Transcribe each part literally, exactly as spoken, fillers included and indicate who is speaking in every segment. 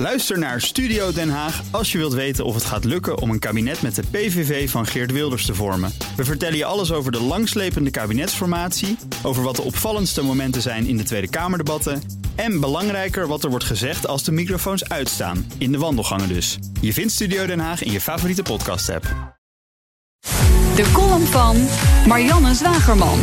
Speaker 1: Luister naar Studio Den Haag als je wilt weten of het gaat lukken om een kabinet met de P V V van Geert Wilders te vormen. We vertellen je alles over de langslepende kabinetsformatie, over wat de opvallendste momenten zijn in de Tweede Kamerdebatten en belangrijker wat er wordt gezegd als de microfoons uitstaan, in de wandelgangen dus. Je vindt Studio Den Haag in je favoriete podcast-app.
Speaker 2: De column van Marianne Zwagerman.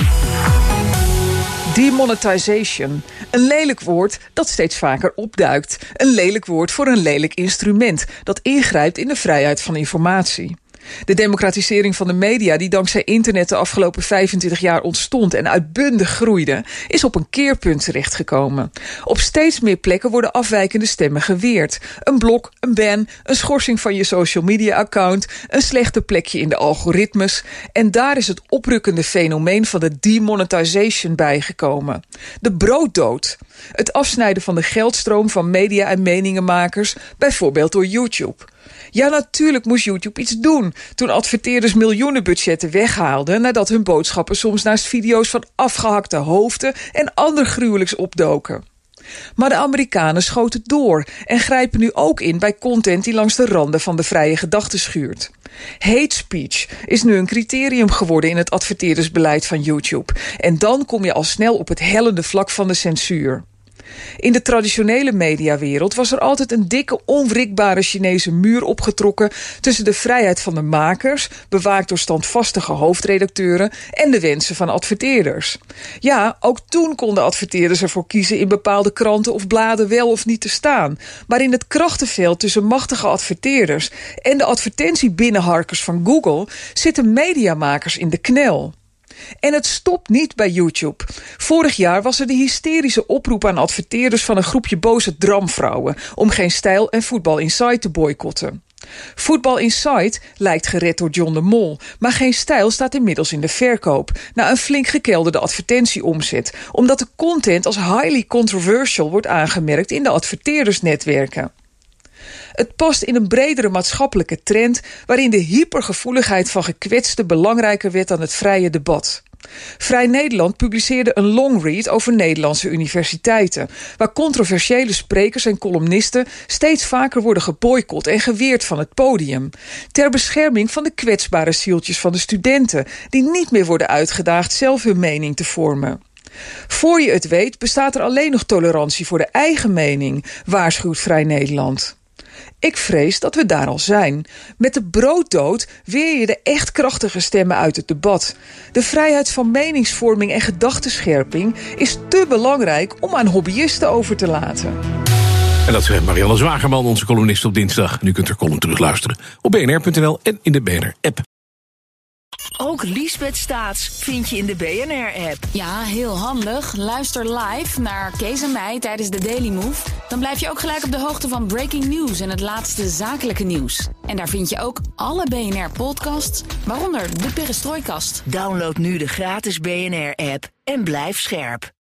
Speaker 3: Demonetization. Een lelijk woord dat steeds vaker opduikt. Een lelijk woord voor een lelijk instrument dat ingrijpt in de vrijheid van informatie. De democratisering van de media, die dankzij internet de afgelopen vijfentwintig jaar ontstond en uitbundig groeide, is op een keerpunt terechtgekomen. Op steeds meer plekken worden afwijkende stemmen geweerd. Een blok, een ban, een schorsing van je social media account, een slechte plekje in de algoritmes. En daar is het oprukkende fenomeen van de demonetization bijgekomen. De brooddood. Het afsnijden van de geldstroom van media en meningenmakers, bijvoorbeeld door YouTube. Ja, natuurlijk moest YouTube iets doen toen adverteerders miljoenenbudgetten weghaalden nadat hun boodschappen soms naast video's van afgehakte hoofden en ander gruwelijks opdoken. Maar de Amerikanen schoten door en grijpen nu ook in bij content die langs de randen van de vrije gedachte schuurt. Hate speech is nu een criterium geworden in het adverteerdersbeleid van YouTube. En dan kom je al snel op het hellende vlak van de censuur. In de traditionele mediawereld was er altijd een dikke, onwrikbare Chinese muur opgetrokken tussen de vrijheid van de makers, bewaakt door standvastige hoofdredacteuren, en de wensen van adverteerders. Ja, ook toen konden adverteerders ervoor kiezen in bepaalde kranten of bladen wel of niet te staan. Maar in het krachtenveld tussen machtige adverteerders en de advertentiebinnenharkers van Google zitten mediamakers in de knel. En het stopt niet bij YouTube. Vorig jaar was er de hysterische oproep aan adverteerders van een groepje boze dramvrouwen om Geen Stijl en Voetbal Inside te boycotten. Voetbal Inside lijkt gered door John de Mol, maar Geen Stijl staat inmiddels in de verkoop na een flink gekelderde advertentieomzet, omdat de content als highly controversial wordt aangemerkt in de adverteerdersnetwerken. Het past in een bredere maatschappelijke trend waarin de hypergevoeligheid van gekwetsten belangrijker werd dan het vrije debat. Vrij Nederland publiceerde een longread over Nederlandse universiteiten, waar controversiële sprekers en columnisten steeds vaker worden geboycott en geweerd van het podium, ter bescherming van de kwetsbare zieltjes van de studenten, die niet meer worden uitgedaagd zelf hun mening te vormen. Voor je het weet bestaat er alleen nog tolerantie voor de eigen mening, waarschuwt Vrij Nederland. Ik vrees dat we daar al zijn. Met de brooddood weer je de echt krachtige stemmen uit het debat. De vrijheid van meningsvorming en gedachtenscherping is te belangrijk om aan hobbyisten over te laten.
Speaker 4: En dat is Marianne Zwagerman, onze columnist op dinsdag. En u kunt haar column terugluisteren op b n r punt n l en in de B N R-app.
Speaker 5: Ook Liesbeth Staats vind je in de B N R-app.
Speaker 6: Ja, heel handig. Luister live naar Kees en mij tijdens de Daily Move. Dan blijf je ook gelijk op de hoogte van breaking news en het laatste zakelijke nieuws. En daar vind je ook alle B N R-podcasts, waaronder de Perestrooikast.
Speaker 5: Download nu de gratis B N R-app en blijf scherp.